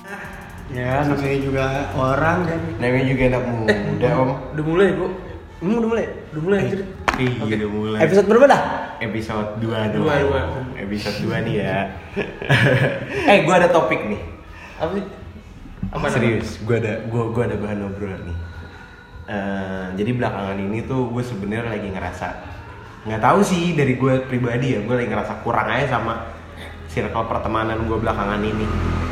Ya, namanya juga orang kan. Namanya juga anak muda, Om. Udah mulai, Bu. Udah mulai? Udah mulai anjir. Iya, udah mulai. Episode berapa dah? Episode 2 dong. Dua. Episode 2 nih ya. Gua ada topik nih. Apa sih? Apa Serius, gua ada bahan obrolan nih. Jadi belakangan ini tuh gue sebenarnya lagi ngerasa nggak tahu sih dari gue pribadi ya, gue lagi ngerasa kurang aja sama circle pertemanan gue belakangan ini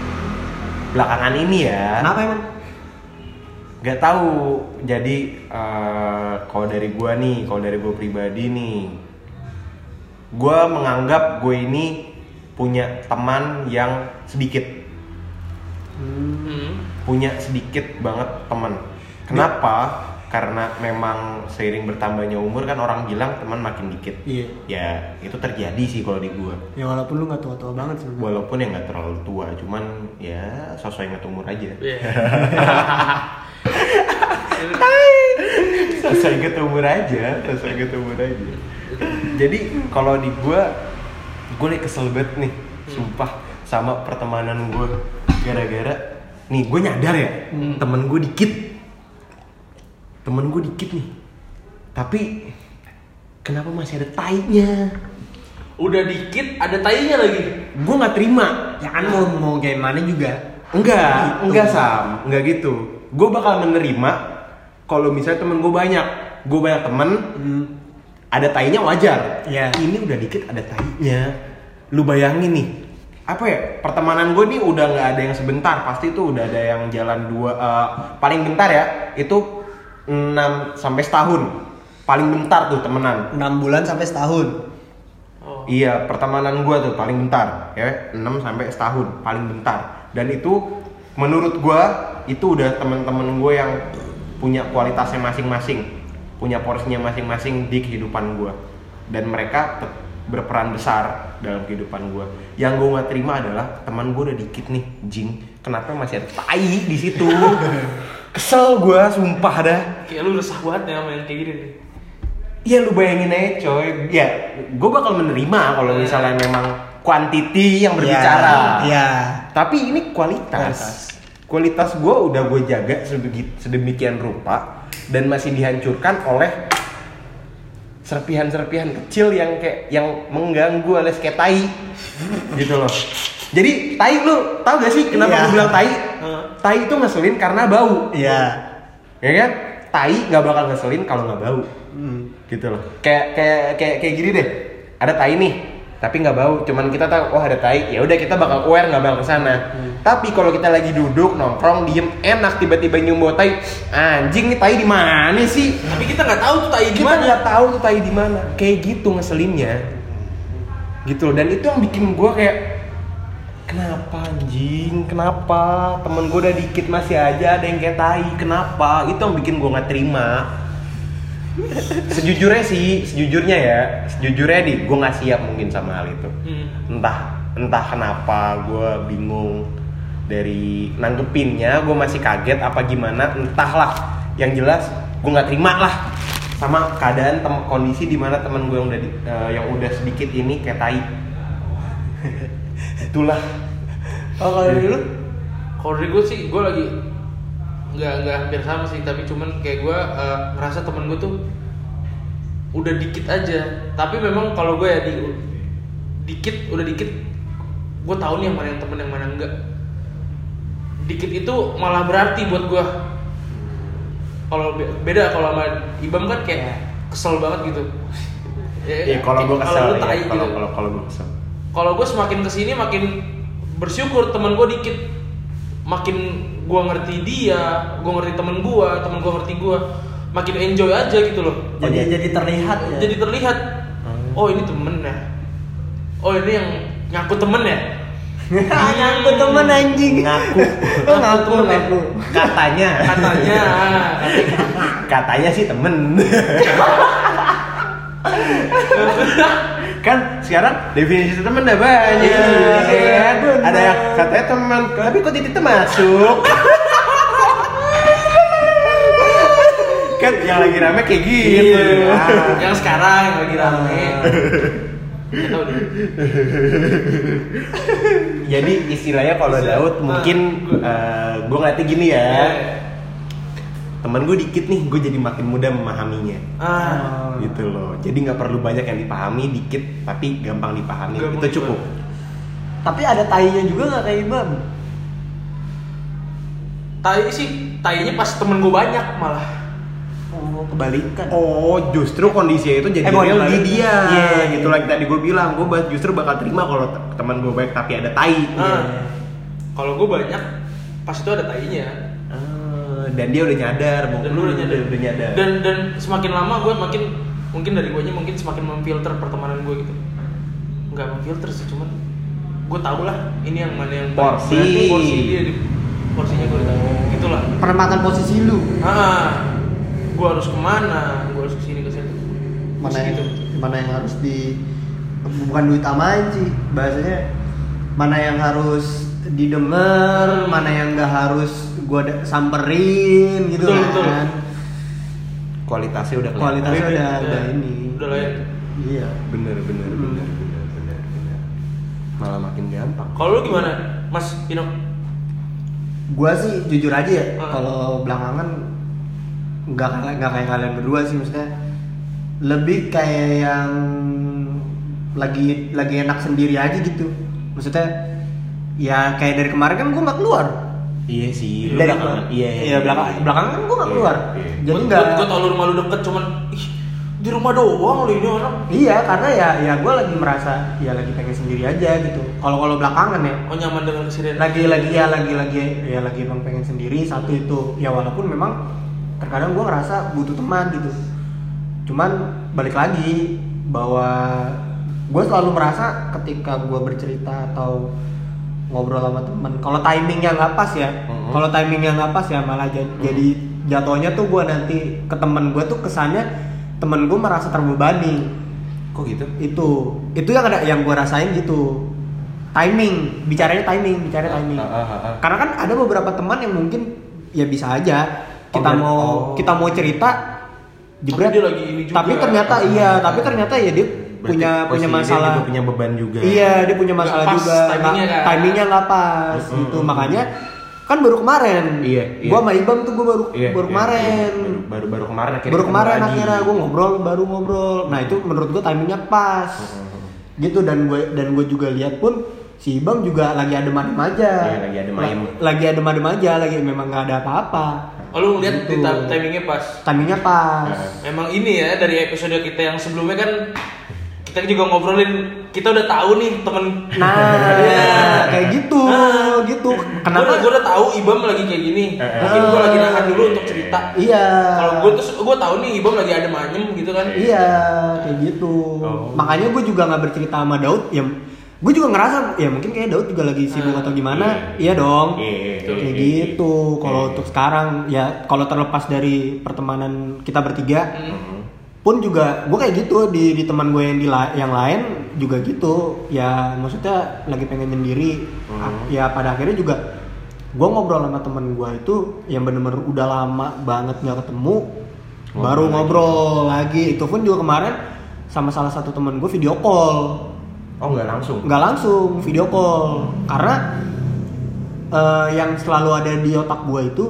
ya. Kenapa emang? Nggak tahu. Jadi kalau dari gue pribadi nih, gue menganggap gue ini punya teman yang sedikit, punya sedikit banget teman. Kenapa? Karena memang seiring bertambahnya umur kan orang bilang teman makin dikit. Iya. Ya itu terjadi sih kalau di gue. Ya walaupun lu nggak tua-tua banget sebenarnya. Walaupun ya nggak terlalu tua, cuman ya sesuai ingat umur aja. Iya. Sesuai ingat umur aja. Jadi kalau di gue lagi kesel banget nih, sumpah sama pertemanan gue. Gara-gara nih gue nyadar ya, temen gue dikit nih. Tapi kenapa masih ada tainya? Udah dikit ada tainya lagi. Gue nggak terima. Ya kan mau gimana juga. Enggak Sam, enggak gitu. Gue bakal menerima kalau misalnya temen gue banyak. Gue banyak temen, ada tainya wajar. Iya. Ini udah dikit ada tainya. Lu bayangin nih, apa ya? Pertemanan gue nih udah nggak ada yang sebentar. Pasti tuh udah ada yang jalan paling bentar ya. Itu 6 sampai setahun. Paling bentar tuh temenan. 6 bulan sampai setahun. Oh. Iya, pertemanan gue tuh paling bentar ya, 6 sampai setahun paling bentar. Dan itu menurut gue itu udah teman-teman gue yang punya kualitasnya masing-masing, punya porsinya masing-masing di kehidupan gue. Dan mereka berperan besar dalam kehidupan gue. Yang gue nggak terima adalah teman gue udah dikit nih, jing. Kenapa masih ada tai di situ? Kesel gue, sumpah dah. Kayak lu resah banget ya sama yang kayak gini nih. Iya lu bayangin aja coy. Ya gue bakal menerima kalau misalnya memang quantity yang berbicara. Iya. Tapi ini kualitas gue udah gue jaga sedemikian rupa. Dan masih dihancurkan oleh serpihan-serpihan kecil yang kayak yang mengganggu alias kayak tai. Gitu loh. Jadi tai lu tau gak sih kenapa gue bilang tai? Tai itu ngeselin karena bau. Iya. Ya kan? Tai nggak bakal ngeselin kalau nggak bau. Gitu loh. Kayak gini deh. Ada tai nih, tapi nggak bau. Cuman kita tahu, oh ada tai. Ya udah kita bakal aware, nggak bakal kesana. Tapi kalau kita lagi duduk nongkrong diem enak tiba-tiba nyium bau tai, anjing nih tai di mana sih? Tapi kita nggak tahu tuh tai Kita gimana. nggak tahu tuh tai di mana. Kayak gitu ngeselinnya. Gitu loh. Dan itu yang bikin gue kayak, kenapa anjing? Kenapa? Temen gue udah dikit masih aja ada yang kayak tai. Kenapa? Itu yang bikin gue nggak terima. Sejujurnya nih, gue nggak siap mungkin sama hal itu. Entah kenapa gue bingung dari nanggepinnya, gue masih kaget apa gimana, entahlah. Yang jelas gue nggak terima lah sama keadaan kondisi di mana temen gue yang udah sedikit ini kayak tai. Itulah. Oh kalau dulu? Kalau dari gue sih, gue lagi nggak hampir sama sih, tapi cuman kayak gue ngerasa temen gue tuh udah dikit aja. Tapi memang kalau gue ya udah dikit, gue tahu nih yang mana yang temen yang mana enggak. Dikit itu malah berarti buat gue. Kalau beda kalau sama Ibam kan kayak kesel banget gitu. Iya, kalau gue kesel. Kalau gue kesel. Kalau gue semakin kesini makin bersyukur teman gue dikit. Makin gue ngerti dia, gue ngerti temen gue ngerti gue, makin enjoy aja gitu loh. Jadi terlihat ya. Jadi terlihat. Oh ini temen ya. Oh ini yang ngaku temen ya. Ngaku temen anjing. Ngaku. Ngaku. Katanya sih temen. Kan sekarang definisi teman udah banyak, kan? Ada yang katanya teman, tapi kok titiknya masuk? Kan yang lagi rame kayak gitu. Yang sekarang yang lagi rame. Nggak tahu deh. Jadi istilahnya kalau Bisa. Daud mungkin gue ngeliatnya gini ya. Iya. Temen gue dikit nih, gue jadi makin mudah memahaminya. Ah, Gitu loh. Jadi nggak perlu banyak yang dipahami, dikit tapi gampang dipahami. Gampang Itu cukup. Tapi ada tainya juga nggak kayak Ibam? tainya pas temen gue banyak malah. Oh, kebalikan. Oh, justru kondisinya itu jadi mau real di dibalik. dia. Iya. Gitu lagi tadi gue bilang, gue justru bakal terima kalau teman gue baik tapi ada tai. Ah. Kalau gue banyak, pas itu ada tainya. Dan dia udah nyadar, Dan lu udah nyadar. Dan Dan semakin lama gue mungkin dari guanya mungkin semakin memfilter pertemanan gue gitu. Enggak memfilter sih, cuman gue tau lah ini yang mana yang Porsi. berarti porsi dia di porsinya gue tahu. Gitulah. Penempatan posisi lu. Gue harus kemana? Gue harus kesini kesini. Mana yang harus bukan diutamain sih bahasanya, mana yang harus didengar, mana yang nggak harus gua samperin gitu. Betul. kualitasnya udah kelihatan. Kualitasnya udah ini. Udah layak. Iya. Bener. Malah makin gampang. Kalau lu gimana, Mas Pino? Gua sih jujur aja ya, Ah. kalau belakangan nggak kayak kalian berdua sih, maksudnya lebih kayak yang lagi enak sendiri aja gitu. Maksudnya ya kayak dari kemarin kan gua nggak keluar. Iya sih. Dari belakangan kan gua nggak keluar. Iya. Jadi nggak. Gue tau lu rumah lu deket, cuman ih, di rumah doang lu ini orang. Iya, karena ya gue lagi merasa ya lagi pengen sendiri aja gitu. Kalau belakangan ya Oh, nyaman dengan kesendirian. lagi emang pengen sendiri. Satu itu ya, walaupun memang terkadang gue ngerasa butuh teman gitu. Cuman balik lagi bahwa gue selalu merasa ketika gue bercerita atau ngobrol sama teman, kalau timingnya nggak pas ya, malah jadi jatuhnya tuh gue nanti ke temen gue tuh kesannya temen gue merasa terbebani. Kok gitu? Itu yang gue rasain gitu. Bicaranya timing. Karena kan ada beberapa teman yang mungkin ya bisa aja kita mau cerita jebret, Tapi dia lagi ini juga. tapi ternyata ya dia punya masalah, dia juga punya beban juga. Iya, dia punya masalah Nggak pas juga. timingnya kan? Timingnya nggak pas gitu. Makanya kan baru kemarin. Iya. Gua sama Ibam tuh baru kemarin. Baru kemarin akhirnya. Baru kemarin ketemu lagi. akhirnya gue ngobrol. Nah, itu menurut gue timingnya pas. Gitu, dan gue juga lihat pun si Ibam juga lagi adem-adem aja. Iya, lagi adem-ayem. Lagi adem-adem aja, lagi memang nggak ada apa-apa. Oh, lu ngeliat Gitu. timingnya pas. Timingnya pas. Emang ini ya, dari episode kita yang sebelumnya kan kita juga ngobrolin, kita udah tahu nih temen. Nah, kayak gitu. Kenapa? Gue udah tahu Ibam lagi kayak gini. Mungkin gue lagi nahan dulu untuk cerita. Iya. Kalau gue tahu nih Ibam lagi adem anyem gitu kan. Iya, kayak gitu. Makanya gue juga nggak bercerita sama Daud. Ya, gue juga ngerasa ya mungkin kayak Daud juga lagi sibuk atau gimana. Iya dong. Kayak gitu. Kalau untuk sekarang ya, kalau terlepas dari pertemanan kita bertiga, pun juga gue kayak gitu di teman gue yang lain juga gitu. Ya maksudnya lagi pengen sendiri. Ya pada akhirnya juga gue ngobrol sama teman gue itu yang bener-bener udah lama banget nggak ketemu, baru ngobrol lagi. Itu pun juga kemarin sama salah satu teman gue video call. Oh, nggak langsung Video call. Karena yang selalu ada di otak gue itu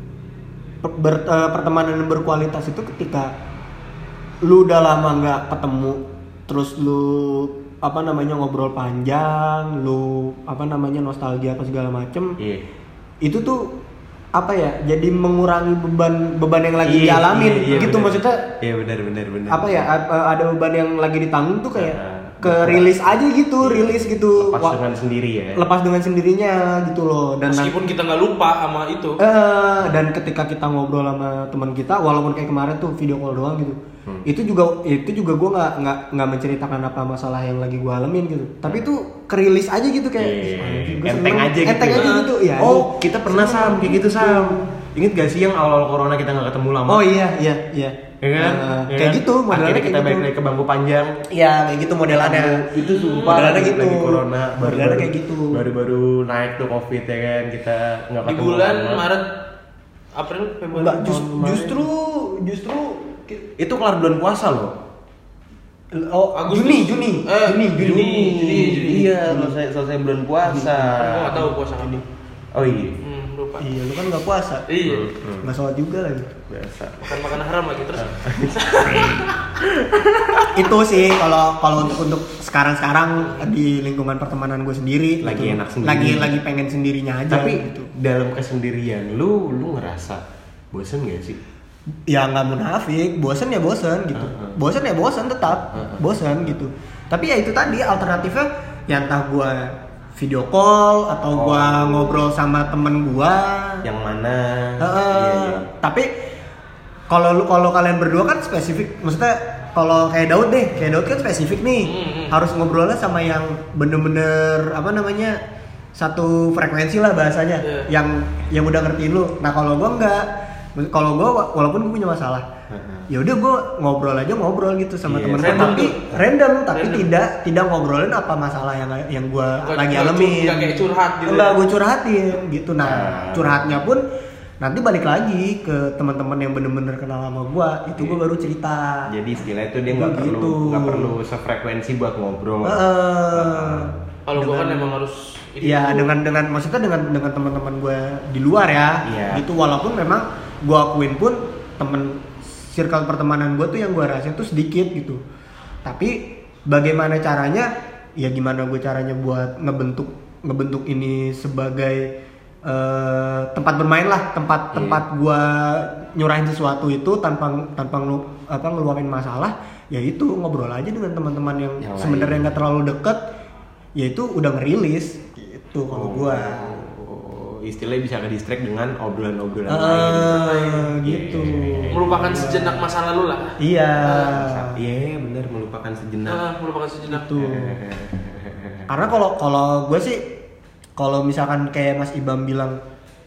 pertemanan yang berkualitas itu ketika lu udah lama nggak ketemu, terus lu ngobrol panjang, lu nostalgia apa segala macem. Itu tuh jadi mengurangi beban yang lagi dialamin gitu. Maksudnya benar. ada beban yang lagi ditanggung tuh kayak rilis aja gitu, Lepas dengan sendiri ya. Lepas dengan sendirinya gitu loh. Dan Meskipun kita nggak lupa sama itu. Dan ketika kita ngobrol sama teman kita, walaupun kayak kemarin tuh video call doang gitu, itu juga gue nggak menceritakan apa masalah yang lagi gue alamin gitu, tapi itu kerilis aja gitu kayak enteng aja gitu ya. Oh, kita pernah Sam kayak gitu Sam. Ingat gak sih yang awal corona kita nggak ketemu lama? Oh iya. Ya kan? Kayak gitu modelannya. Akhirnya kita balik lagi ke bangku panjang. Iya, kayak gitu modelannya. Itu sumpah modelannya gitu. Lagi corona Modelannya kayak gitu. Baru naik tuh Covid ya kan, kita nggak Di ketemu. bulan lama. Maret, April, Februari. Enggak, justru Itu kelar bulan puasa loh. Juni. Iya, selesai bulan puasa. Gua enggak tahu puasa kapan. Oh iya. Lupa. Iya, lu kan enggak puasa. Iya. Enggak sholat juga lagi. Biasa. Makan makanan haram lagi terus. Itu sih kalau untuk sekarang di lingkungan pertemanan gue sendiri lagi gitu. Enak sendiri. Lagi pengen sendirinya aja. Tapi gitu. dalam kesendirian lu ngerasa bosen gak sih? Ya nggak munafik, bosen ya bosen gitu. Bosen ya bosen tetap, bosen gitu. Tapi ya itu tadi alternatifnya, ya entah gue video call atau gue ngobrol sama temen gue. Yang mana? Iya. Tapi kalau kalian berdua kan spesifik, maksudnya kalau kayak Daud kan spesifik nih, harus ngobrolnya sama yang bener-bener satu frekuensi lah bahasanya, yang udah ngertiin lu. Nah kalau gue enggak. Kalau gue walaupun gue punya masalah, ya udah gue ngobrol gitu sama temen gue, tapi random. tidak ngobrolin apa masalah yang gue lagi alamin. Nggak kayak curhat gitu. Enggak, gue curhatin gitu. Nah curhatnya pun nanti balik lagi ke teman-teman yang bener-bener kenal sama gue, itu gue baru cerita. Jadi istilahnya itu dia nggak perlu sefrekuensi buat ngobrol. Kalau gue kan emang harus. Iya, dengan maksudnya dengan teman-teman gue di luar ya, gitu. Walaupun memang gue akuin pun circle pertemanan gue tuh yang gue rasain tuh sedikit gitu. Tapi bagaimana caranya? Ya gimana gue caranya buat ngebentuk ini sebagai tempat bermain lah, tempat gue nyurahin sesuatu itu tanpa ngeluapin masalah. Ya itu ngobrol aja dengan teman-teman yang sebenarnya nggak terlalu deket. Ya itu udah ngerilis gitu kalau gue. Istilahnya bisa ke-distract dengan obrolan-obrolan lain gitu. Melupakan sejenak masa lalu lah. Iya. Iya benar, melupakan sejenak. Melupakan sejenak tuh. Karena kalau gue sih, kalau misalkan kayak Mas Ibam bilang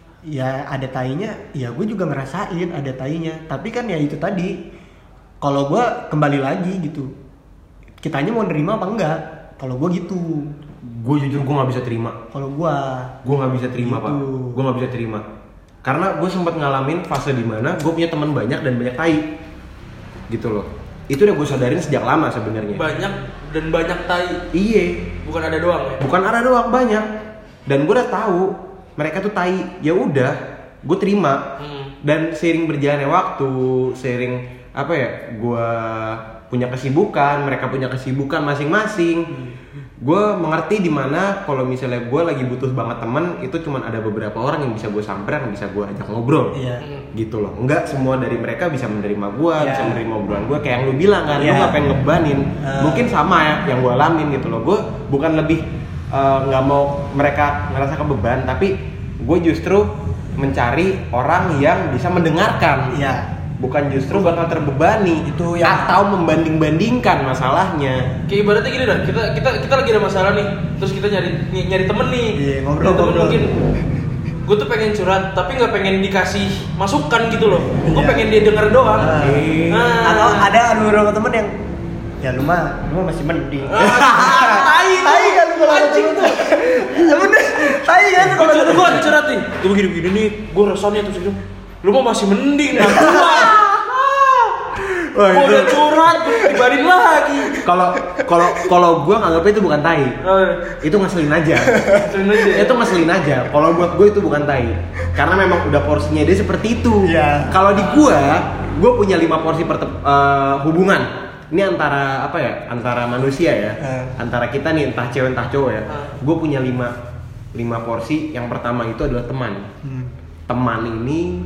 ya ada tainya, ya gue juga ngerasain ada tainya. Tapi kan ya itu tadi, kalau gue kembali lagi gitu, kitanya mau nerima apa enggak? Kalau gue gitu. Gue jujur gue nggak bisa terima. Kalau gue nggak bisa terima gitu. Pak. Gue nggak bisa terima. Karena gue sempat ngalamin fase dimana gue punya teman banyak dan banyak tai, gitu loh. Itu udah gue sadarin sejak lama sebenarnya. Banyak tai. Iya. Bukan ada doang ya. Bukan ada doang, banyak. Dan gue udah tahu mereka tuh tai. Ya udah, gue terima. Dan seiring berjalannya waktu, seiring gue punya kesibukan, mereka punya kesibukan masing-masing. Gue mengerti dimana kalau misalnya gue lagi butuh banget temen, itu cuman ada beberapa orang yang bisa gue samperin, yang bisa gue ajak ngobrol, gitu loh. Enggak semua dari mereka bisa menerima gue, bisa menerima obrolan gue. Kayak yang lu bilang kan, lu nggak pengen ngebanin. Mungkin sama ya yang gue alamin gitu loh. Gue bukan lebih nggak mau mereka ngerasa kebeban, tapi gue justru mencari orang yang bisa mendengarkan. Bukan justru bakal terbebani itu atau membanding-bandingkan masalahnya. Kayak ibaratnya gini dah, kita lagi ada masalah nih, terus kita nyari temen nih. Ngobrol. Mungkin gue tuh pengen curhat, tapi nggak pengen dikasih masukan gitu loh. Gue pengen dia denger doang. Atau ada beberapa temen yang ya lu masih mending. Tai kan kalau anjing tuh. Bener. Tai kan kalau gue ada curhat nih. Gue begini nih, gue rasanya tuh gitu. Lu mah masih mending nah gua udah curhat dibarin lagi. Kalau gua nganggapnya itu bukan tai. Itu ngeselin aja. Itu ngeselin aja. Kalau buat gua itu bukan tai. Karena memang udah porsinya dia seperti itu. Kalau di gua punya 5 porsi hubungan. Ini antara antara manusia ya. Antara kita nih, entah cewek entah cowok ya. Gua punya 5 porsi. Yang pertama itu adalah teman. Teman ini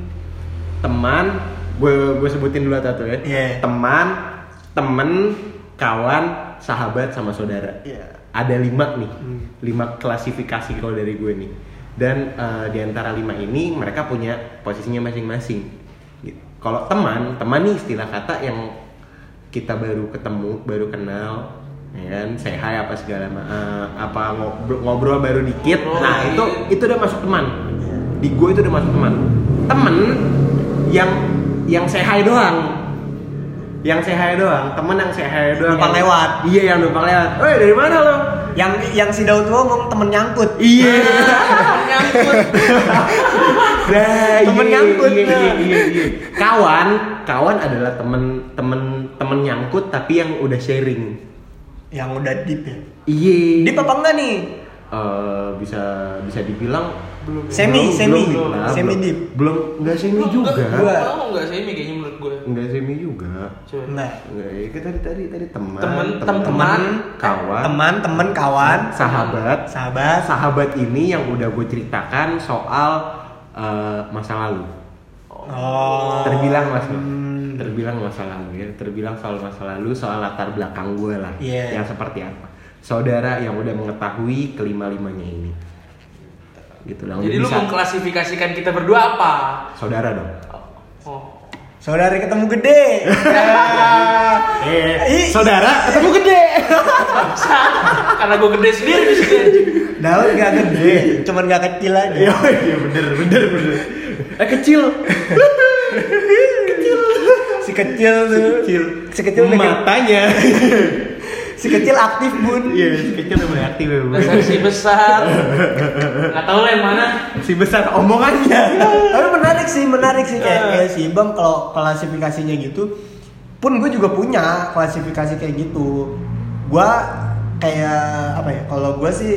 gue sebutin dulu satu ya. Temen, kawan, sahabat sama saudara. Ada 5 nih. 5 klasifikasi kalau dari gue nih. Dan di antara 5 ini mereka punya posisinya masing-masing. Gitu. Kalau teman nih istilah kata yang kita baru ketemu, baru kenal, ya kan, say hi apa segala ngobrol baru dikit. Nah, itu udah masuk teman. Di gue itu udah masuk teman. Temen yang say hi doang. Temen yang say hi doang. Numpang lewat. Iya, yang numpang lewat. Woi, dari mana lo? Yang si Daud ngomong temen nyangkut. Iya. nyangkut. Temen nyangkut. Iya. Kawan adalah temen nyangkut tapi yang udah sharing. Yang udah deep ya. Iya. Deep apa enggak nih? Bisa dibilang Belum. Semi deep. Belum enggak semi juga. Enggak semi kayaknya menurut gue. Enggak semi juga. Coba. Enggak. Enggak, ya tadi Teman, kawan, sahabat ini yang udah gue ceritakan soal masa lalu. Oh. Terbilang masa lalu ya, terbilang soal masa lalu, soal latar belakang gue lah, yang seperti apa. Saudara yang udah mengetahui kelima-limanya ini. Gitu lah. Jadi lu mengklasifikasikan kita berdua apa? Saudara dong. Oh. Saudara ketemu gede. Saudara ketemu gede. Karena gue gede sendiri di sini. Daud gak gede, cuman gak kecil aja. Iya bener. Kecil. Si kecil matanya. Si kecil aktif bun. Iya, si kecil udah aktif ya. Dasar si besar. Nggak tahu lah yang mana. Si besar omongannya. Tapi menarik sih kayak si Bang kalau klasifikasinya gitu. Pun gue juga punya klasifikasi kayak gitu. Gue kayak apa ya? Kalau gue sih,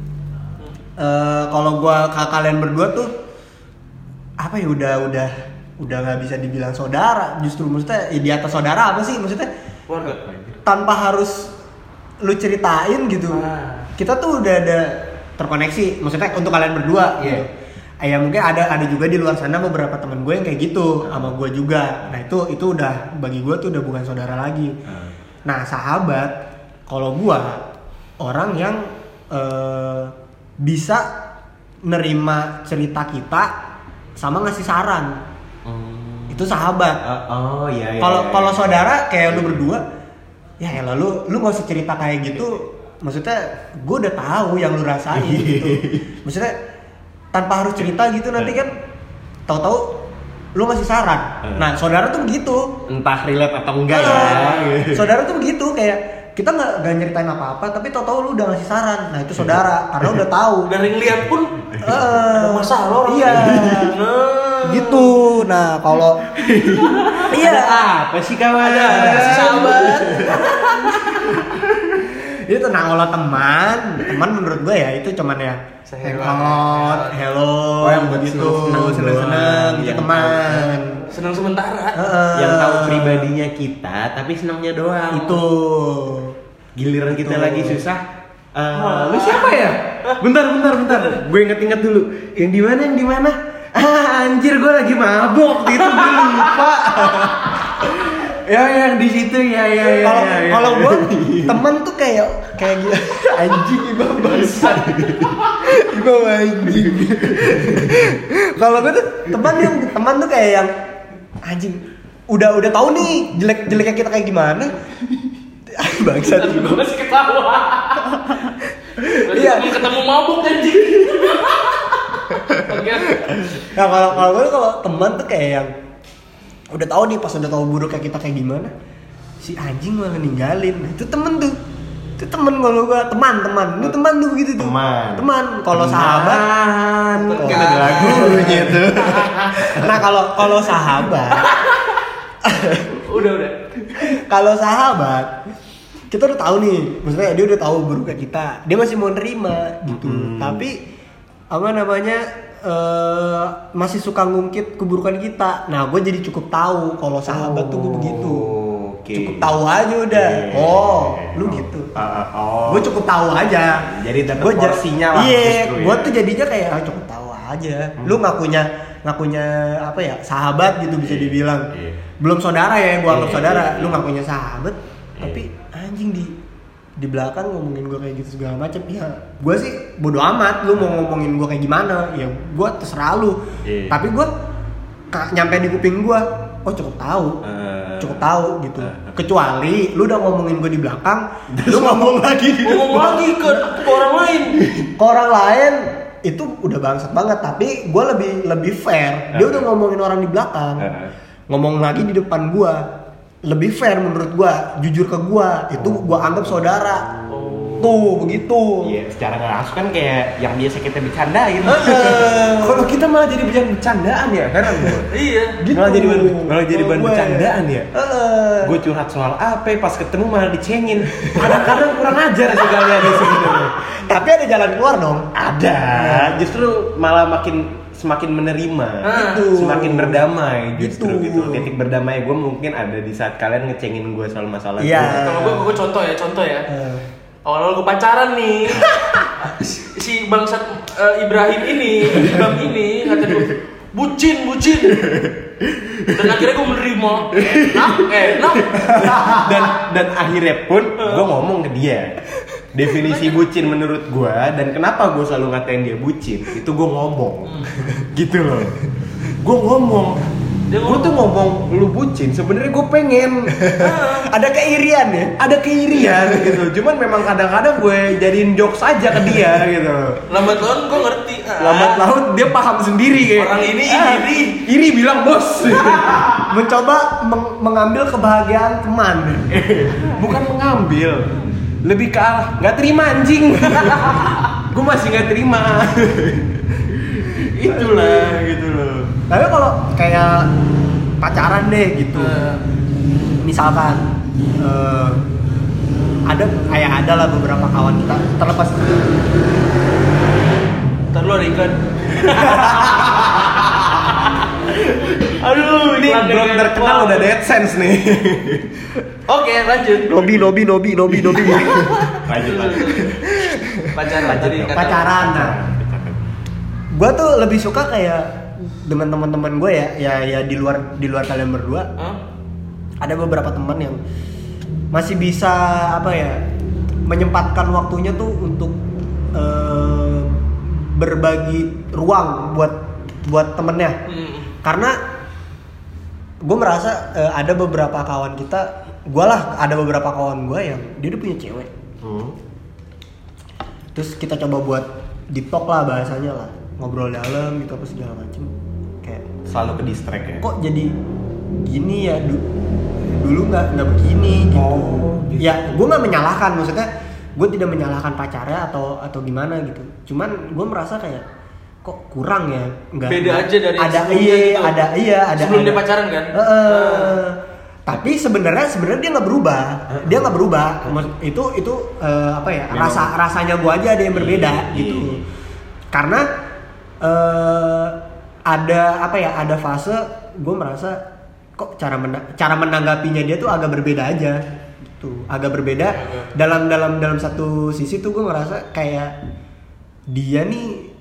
kalau gue kalian berdua tuh apa ya udah nggak bisa dibilang saudara. Justru maksudnya di atas saudara apa sih maksudnya? Keluarga. Tanpa harus lu ceritain gitu. Kita tuh udah ada terkoneksi. Maksudnya untuk kalian berdua gitu. Ya mungkin ada juga di luar sana beberapa teman gue yang kayak gitu sama gue juga. Nah itu udah bagi gue tuh udah bukan saudara lagi. Nah sahabat kalau gue orang yang bisa nerima cerita kita sama ngasih saran. Itu sahabat. Iya. Kalau saudara kayak lu berdua, ya lalu lu nggak usah cerita kayak gitu. Maksudnya gue udah tahu yang lu rasain gitu. Maksudnya tanpa harus cerita gitu nanti kan tahu-tahu lu ngasih saran. Nah saudara tuh begitu. Entah relate atau enggak ya. Saudara tuh begitu kayak kita nggak nyeritain apa-apa tapi tahu-tahu lu udah ngasih saran. Nah itu saudara karena udah tahu. Dari ngeliat pun ada masalah orang. Iya. Gitu. Nah kalau iya apa sih kawan? Ada sahabat. Itu nah kalau teman menurut gue ya itu cuman ya hangout, hello, yang buat gitu, seneng-seneng gitu teman. Seneng sementara. Yang tahu pribadinya kita tapi senangnya doang. Itu. Giliran kita lagi susah. Lu siapa ya? Bentar. Gue inget dulu. Yang di mana? Anjir gue lagi mabok gitu gue lupa. Ya yang di situ ya. Kalau gue teman tuh kayak gitu. Anjing iba bangsat. Iba anjing. Kalau gue tuh teman tuh kayak yang anjing udah tahu nih jeleknya kita kayak gimana. Bangsat. Gue masih ketawa. Iya. Ketemu mabuk anjing. Nah kalau teman tuh kayak yang udah tahu nih pas udah tahu buruknya kita kayak gimana si anjing malah ninggalin. Nah, itu temen tuh. Itu temen kalau gua teman. Ini teman tuh begitu tuh. Teman. Kalau sahabat kan ada lagunya tuh. Nah, kalau sahabat udah. Kalau sahabat kita udah tahu nih, maksudnya dia udah tahu buruknya kita. Dia masih mau nerima gitu. Tapi apa namanya masih suka ngungkit keburukan kita. Nah, gue jadi cukup tahu kalau sahabat tuh gue begitu. Cukup tahu aja udah. Lu gitu. Gue cukup tahu aja. Jadi dapat porsinya lah. Iya, gue tuh jadinya kayak cukup tahu aja. Lu ngakunya apa ya? Sahabat gitu bisa dibilang. Belum saudara ya, gue anggap saudara. Lu ngakunya sahabat, tapi anjing di belakang ngomongin gue kayak gitu segala macam. Ya gue sih bodo amat lu mau ngomongin gue kayak gimana, ya gue terserah lu. Tapi gue nyampe di kuping gue, cukup tahu gitu. Kecuali lu udah ngomongin gue di belakang, lu ngomong lagi ke orang lain. Ke orang lain itu udah bangsat banget. Tapi gue lebih fair. Dia udah ngomongin orang di belakang, ngomong lagi di depan gue. Lebih fair menurut gua, jujur ke gua, itu gua anggap saudara. tuh begitu. Iya, secara nggak langsung kan kayak yang biasa kita bercandain. Kalau kita malah jadi bercandaan ya, heran gue. Iya. Gitu. Malah jadi bahan bercandaan ya. Gue curhat soal apa, pas ketemu malah dicengin. Kadang-kadang kurang ajar sih kalian sebenarnya. Tapi ada jalan keluar dong. Ada. Justru malah semakin menerima, semakin berdamai justru gitu. Titik berdamai gue mungkin ada di saat kalian ngecengin gue soal masalah gue. Kalau gue contoh ya. Awal-awal gue pacaran nih, si bangsat Ibrahim ini kata gue bucin. Dan akhirnya gue menerima. Enak. Dan akhirnya pun gue ngomong ke dia. Definisi bucin menurut gue dan kenapa gue selalu ngatain dia bucin itu gue ngomong gitu loh. Gue ngomong lu bucin sebenarnya gue pengen ada keirian gitu. Cuman memang kadang-kadang gue jadiin jokes aja ke dia gitu. Lambat laun gue ngerti. Lambat laun dia paham sendiri kayak orang ini iri bilang bos. Mencoba mengambil kebahagiaan teman. Bukan mengambil, lebih ke arah nggak terima anjing. Gue masih nggak terima. Itulah gitu loh. Tapi kalau kayak pacaran deh gitu, misalkan ada lah beberapa kawan kita terlepas. Ntar lu ada iklan. Aduh, ini belum terkenal udah ada AdSense nih. Oke, lanjut. Lobby. Lanjut. Pacaran. Nah, gue tuh lebih suka kayak dengan teman-teman gue ya di luar kalian berdua. Ada beberapa teman yang masih bisa menyempatkan waktunya tuh untuk berbagi ruang buat temennya. Karena gue merasa ada beberapa kawan kita, ada beberapa kawan gue yang dia udah punya cewek. Terus kita coba buat deep talk lah bahasanya lah, ngobrol dalam gitu apa segala macem. Kayak selalu ke distract ya. Kok jadi gini ya, dulu nggak begini gitu. Ya gue nggak menyalahkan, maksudnya gue tidak menyalahkan pacarnya atau gimana gitu. Cuman gue merasa kayak kok kurang ya, nggak beda aja dari ada ada sebelum dia pacaran kan. Tapi sebenarnya dia nggak berubah. Itu rasanya gue aja ada yang berbeda gitu. Karena ada fase gue merasa kok cara menanggapinya dia tuh agak berbeda aja gitu. Agak berbeda dalam satu sisi tuh gue ngerasa kayak dia nih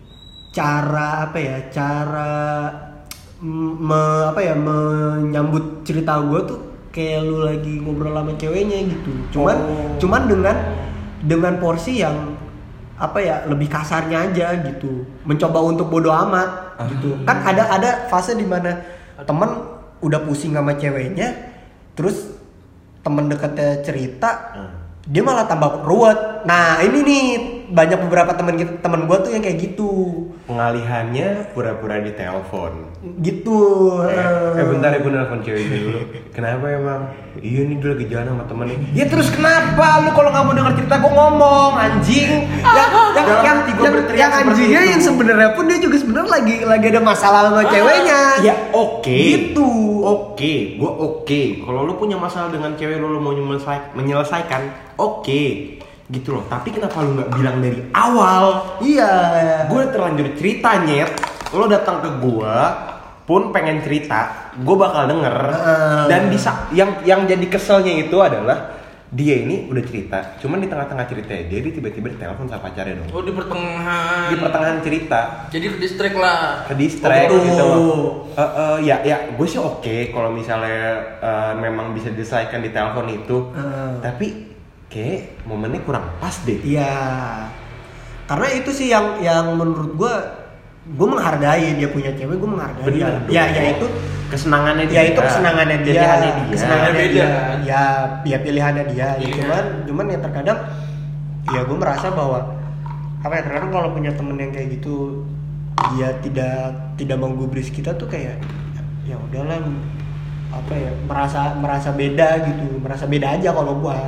menyambut cerita gue tuh kayak lu lagi ngobrol sama ceweknya gitu. Cuman dengan porsi yang lebih kasarnya aja gitu. Mencoba untuk bodo amat gitu. Kan ada fase di mana temen udah pusing sama ceweknya, terus temen dekatnya cerita, dia malah tambah ruwet. Nah ini nih banyak beberapa temen gue tuh yang kayak gitu. Pengalihannya pura-pura ditelepon. Gitu. Bentar ya, gue nelfon ceweknya dulu. Kenapa emang? Iya nih dulu lagi jalan sama temennya. Ya terus kenapa? Lu kalau nggak mau denger cerita gue ngomong anjing. Yang anjingnya yang sebenarnya pun dia juga sebenarnya lagi ada masalah sama ceweknya. Ya oke. Gitu. Gue kalau lu punya masalah dengan cewek lu mau menyelesaikan, oke. Gitu loh. Tapi kenapa lu nggak bilang dari awal? Iya. Gue terlanjur cerita nyet. Lo datang ke gue pun pengen cerita, gue bakal denger. Dan yang jadi keselnya itu adalah dia ini udah cerita, cuman di tengah-tengah ceritanya dia tiba-tiba ditelepon sama pacarnya dong. Di pertengahan cerita. Jadi ke distract lah. Gitu loh. Ya gue sih oke kalau misalnya memang bisa diselesaikan di telepon itu. Tapi kayak momennya kurang pas deh. Iya. Karena itu sih yang menurut gue menghargai dia punya cewek, gue menghargai dia. Ya itu kesenangannya dia. Ya itu kesenangannya dia. Kesenangannya dia. Ya pilihannya dia. Cuman ya terkadang ya gue merasa bahwa terkadang kalau punya temen yang kayak gitu dia tidak menggubris kita tuh kayak ya udahlah merasa beda gitu. Merasa beda aja kalau gue.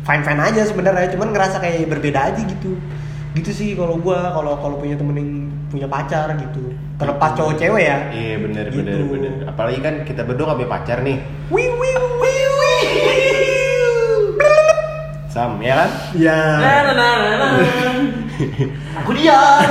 fine aja sebenarnya, cuman ngerasa kayak berbeda aja gitu sih kalau gua kalau punya temen yang punya pacar gitu, terlepas cowok cewek ya. Iya benar. Apalagi kan kita berdua gak punya pacar nih. Sam, ya kan? Ya. Aku diam.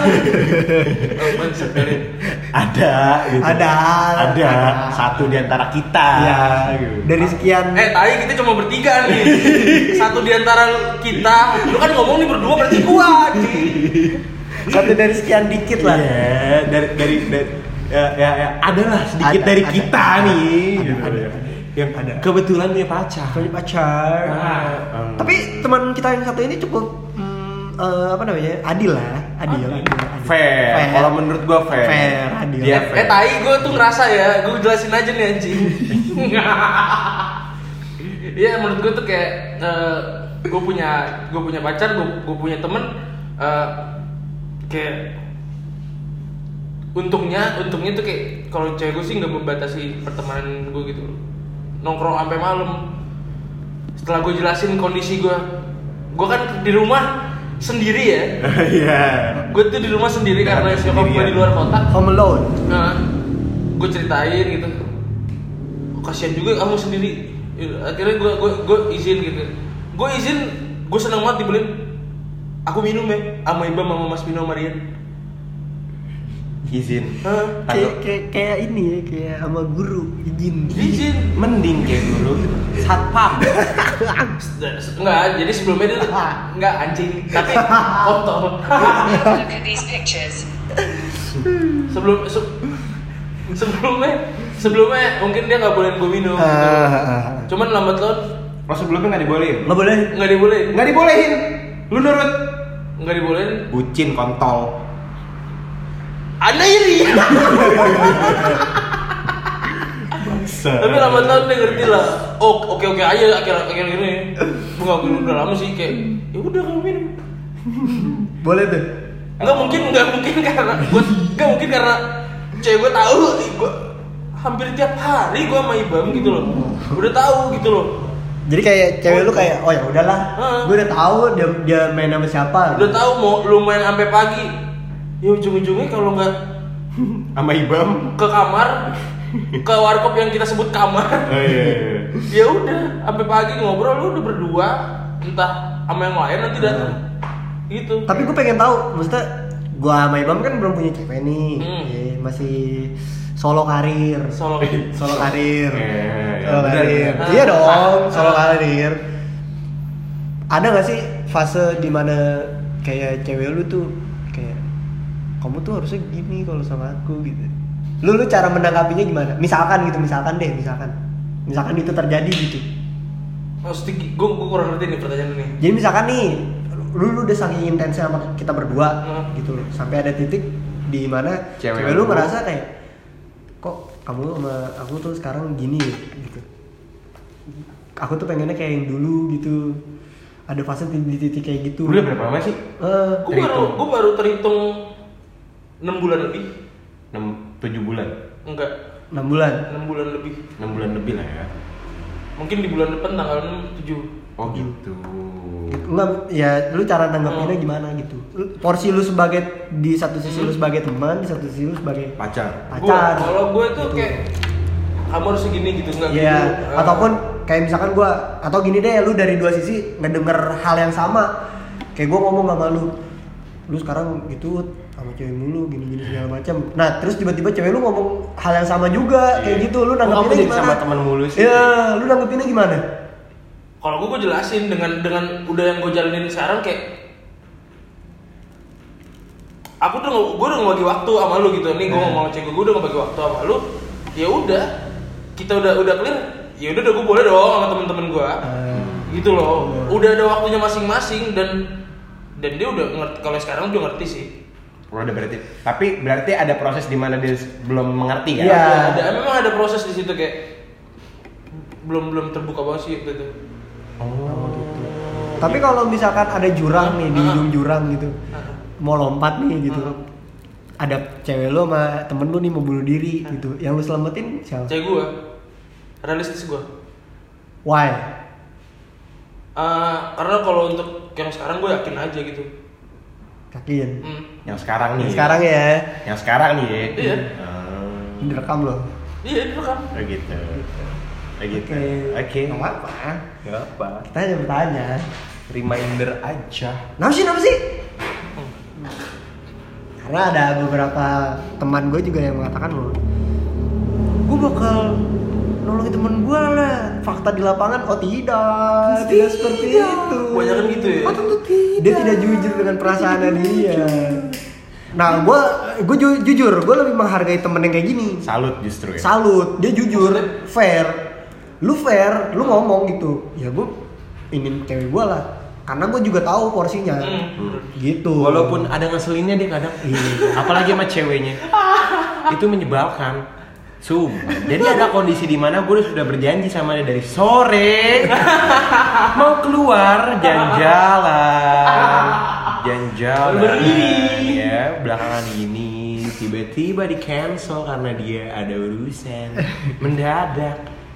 Ada gitu. Ada satu di antara kita. Ya. Gitu. Dari sekian. Tai kita cuma bertiga nih. Satu di antara kita. Lu kan ngomong nih berdua berarti gua. Satu dari sekian dikit lah. Iya, dari ya adalah sedikit dari kita nih. Gitu. Yang ada. Kebetulan punya pacar. Tapi teman kita yang satu ini cukup adil lah. Fair. Kalau menurut gua fair. Adil. Dia fair. Tai gue tuh ngerasa ya, gue jelasin aja nih anjing. Iya menurut gue tuh kayak gue punya pacar, gue punya temen, kayak untungnya tuh kayak kalau cewek gue sih nggak membatasi pertemanan gue gitu, nongkrong sampai malam. Setelah gue jelasin kondisi gue kan di rumah sendiri ya. Iya. Gue tuh di rumah sendiri karena nyokap gue di luar kota. Home alone. Nah, gue ceritain gitu. Kasian juga kamu sendiri. Akhirnya gue izin gitu. Gue seneng banget dibeliin. Aku minum ya, sama Ibam sama Mas Pino Marian. Izin. Kayak ini ya, kayak sama guru izin. Mending kayak dulu satpam. Enggak, jadi sebelumnya dia enggak anjing, tapi kotor. Look at these pictures. Sebelumnya mungkin dia nggak bolehin gue minum. Cuman lambat laun. Kalau sebelumnya nggak dibolehin. Nggak dibolehin. Lu nurut? Nggak dibolehin. Bucin kontol. Anda iri. Tapi lambat laun dia ngerti lah. Oh oke aja akhir ini. Gue udah lama sih kayak ya udah kamu minum. Boleh tuh. Nggak mungkin karena cewek gue tahu gue hampir tiap hari gue sama Ibam gitu loh. Udah tahu gitu loh. Jadi kayak cewek lu kayak oh ya udahlah. Gue udah tahu dia main sama siapa. Udah tahu mau lu main sampai pagi. Ya ujung-ujungnya kalau nggak sama Ibam ke kamar, ke warkop yang kita sebut kamar. Iya. Ya udah sampai pagi ngobrol, lu udah berdua, entah sama yang lain nanti datang. Gitu. Tapi gue pengen tahu, maksudnya gue sama Ibam kan belum punya cewek nih, masih solo karir. Iya dong, solo karir. Ada nggak sih fase dimana kayak cewek lu tuh kayak kamu tuh harusnya gini kalau sama aku gitu. Lu cara menanggapinya gimana? Misalkan itu terjadi gitu. Maksudnya gue kurang ngerti nih pertanyaan ini. Jadi misalkan nih lu udah saking intensnya sama kita berdua gitu loh, sampai ada titik di mana cewek lu merasa kayak kok kamu sama aku tuh sekarang gini gitu. Aku tuh pengennya kayak yang dulu gitu. Ada fase di titik kayak gitu. Udah berapa lama sih? Gue baru terhitung 6 bulan lebih. 7 bulan? Enggak. 6 bulan? 6 bulan lebih. 6 bulan lebih lah ya. Mungkin di bulan depan tanggal 6, 7. Oh gitu. Enggak, ya lu cara nanggapinnya gimana gitu. Porsi lu sebagai di satu sisi lu sebagai teman, di satu sisi lu sebagai pacar. Kalau gue tuh gitu. Kayak kamu harus segini gitu enggak gitu. Ataupun kayak misalkan gue atau gini deh, lu dari dua sisi ngedenger hal yang sama. Kayak gue ngomong sama lu sekarang gitu sama cewek mulu gini segala macam. Nah, terus tiba-tiba cewek lu ngomong hal yang sama juga kayak gitu. Lu nanggapinnya gimana? Sama teman mulu sih. Iya, lu nanggapinnya gimana? Kalau gue jelasin dengan udah yang gue jalanin sekarang kayak gue udah ngebagi waktu sama lu gitu. Nih gue ngomong sama cewek gue udah ngebagi waktu sama lu. Ya udah, kita udah clear. Ya udah gue boleh dong sama temen-temen gue. Gitu loh. Udah ada waktunya masing-masing dan dia udah ngerti. Kalau sekarang udah ngerti sih. Udah berarti. Tapi berarti ada proses di mana dia belum mengerti kan? Iya. Memang ada proses di situ kayak belum terbuka banget sih gitu. Oh gitu. Tapi kalau misalkan ada jurang nih di ujung jurang gitu, mau lompat nih gitu, ada cewek lo sama temen lo nih mau bunuh diri gitu, yang lo selamatin siapa? Cewek gue, realistis gue. Why? Karena kalau untuk yang sekarang gue yakin aja gitu. Yakin. Yang sekarang nih. Sekarang ya. Yang sekarang nih ya. Iya. Direkam loh. Iya, direkam. Begitu. Oke. Nggak apa-apa. Enggak apa. Kita hanya bertanya. Reminder aja. Kenapa sih? Karena ada beberapa teman gue juga yang mengatakan loh, gue bakal nolongin temen gue lah. Fakta di lapangan, tidak seperti itu. Banyak kan gitu ya. Tentu tidak. Dia tidak jujur dengan perasaannya dia. Nah, gue jujur, gue lebih menghargai temen yang kayak gini. Salut justru ya. Salut, dia jujur, fair. Lu fair, lu ngomong gitu. Ya gue ingin cewek gue lah. Karena gue juga tahu porsinya, gitu. Walaupun ada ngeselinnya dia kadang, apalagi sama ceweknya, itu menyebalkan. Jadi ada kondisi di mana gue sudah berjanji sama dia dari sore, mau keluar jalan-jalan, ya belakangan ini tiba-tiba di cancel karena dia ada urusan mendadak.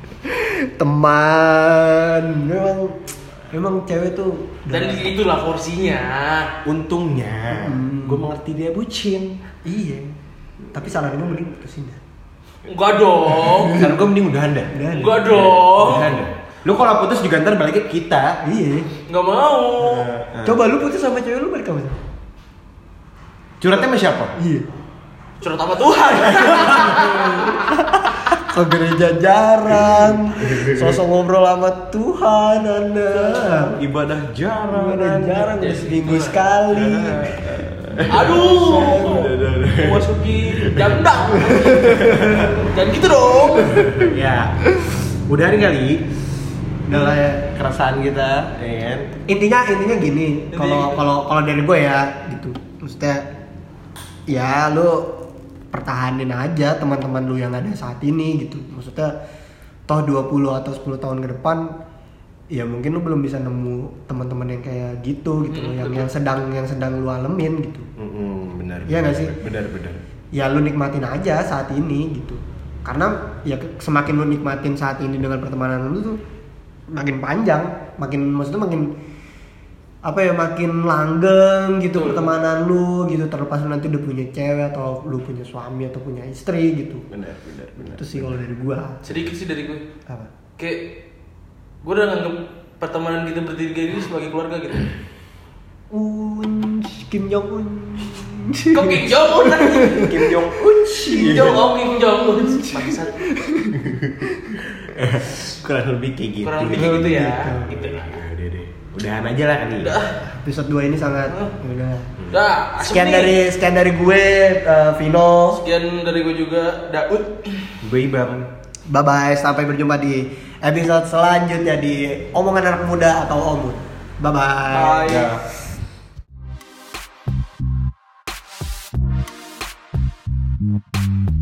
Teman, memang cewek tuh dan itulah porsinya. Untungnya gue mengerti dia bucin. Iya. Tapi saran gue mending putusin dah. Enggak dong. Karena gue mending udahan dah. Enggak dong. Udahan dah. Lu kalau putus juga ntar balik ke kita. Iya. Enggak mau. Coba lu putus sama cewek lu balik sama siapa? Curhatnya sama siapa? Iya. Curhat sama Tuhan. Ke gereja jarang, sosok ngobrol sama Tuhan Anda. Ibadah jarang. Udah seminggu sekali. Aduh. Masuki janda. Jangan gitu dong. Ya. Udahan kali. Udah lah ya. Keresahan kita, ya kan? Intinya gini, kalau dari gue ya gitu. Maksudnya ya lu pertahanin aja teman-teman lu yang ada saat ini gitu. Maksudnya toh 20 atau 10 tahun ke depan ya mungkin lu belum bisa nemu teman-teman yang kayak gitu loh, yang sedang lu alamin gitu. Benar. Iya nggak sih? Benar. Ya lu nikmatin aja saat ini gitu. Karena ya semakin lu nikmatin saat ini dengan pertemanan lu tuh makin panjang, makin langgeng gitu pertemanan lu gitu, terlepas lu nanti udah punya cewek atau lu punya suami atau punya istri gitu. Benar. Itu sih kalau dari gua. Sedikit sih dari gue. Apa? Kayak gue udah nganggep pertemanan kita bertiga ini sebagai keluarga gitu. Kim Jong Un. Kok Kim Jong Un? Kim Jong Un. Kim Jong Un. Bangsat. Kurang lebih kayak gitu. Kurang lebih kayak gitu ya. Gitu lah. Udahan aja lah kali. Udah. Episode 2 ini sangat udah. Sekian dari gue Vino. Sekian dari gue juga Daud. Gue Ibam. Bye bye, sampai berjumpa di episode selanjutnya di Omongan Anak Muda atau Omut. Bye bye. Bye.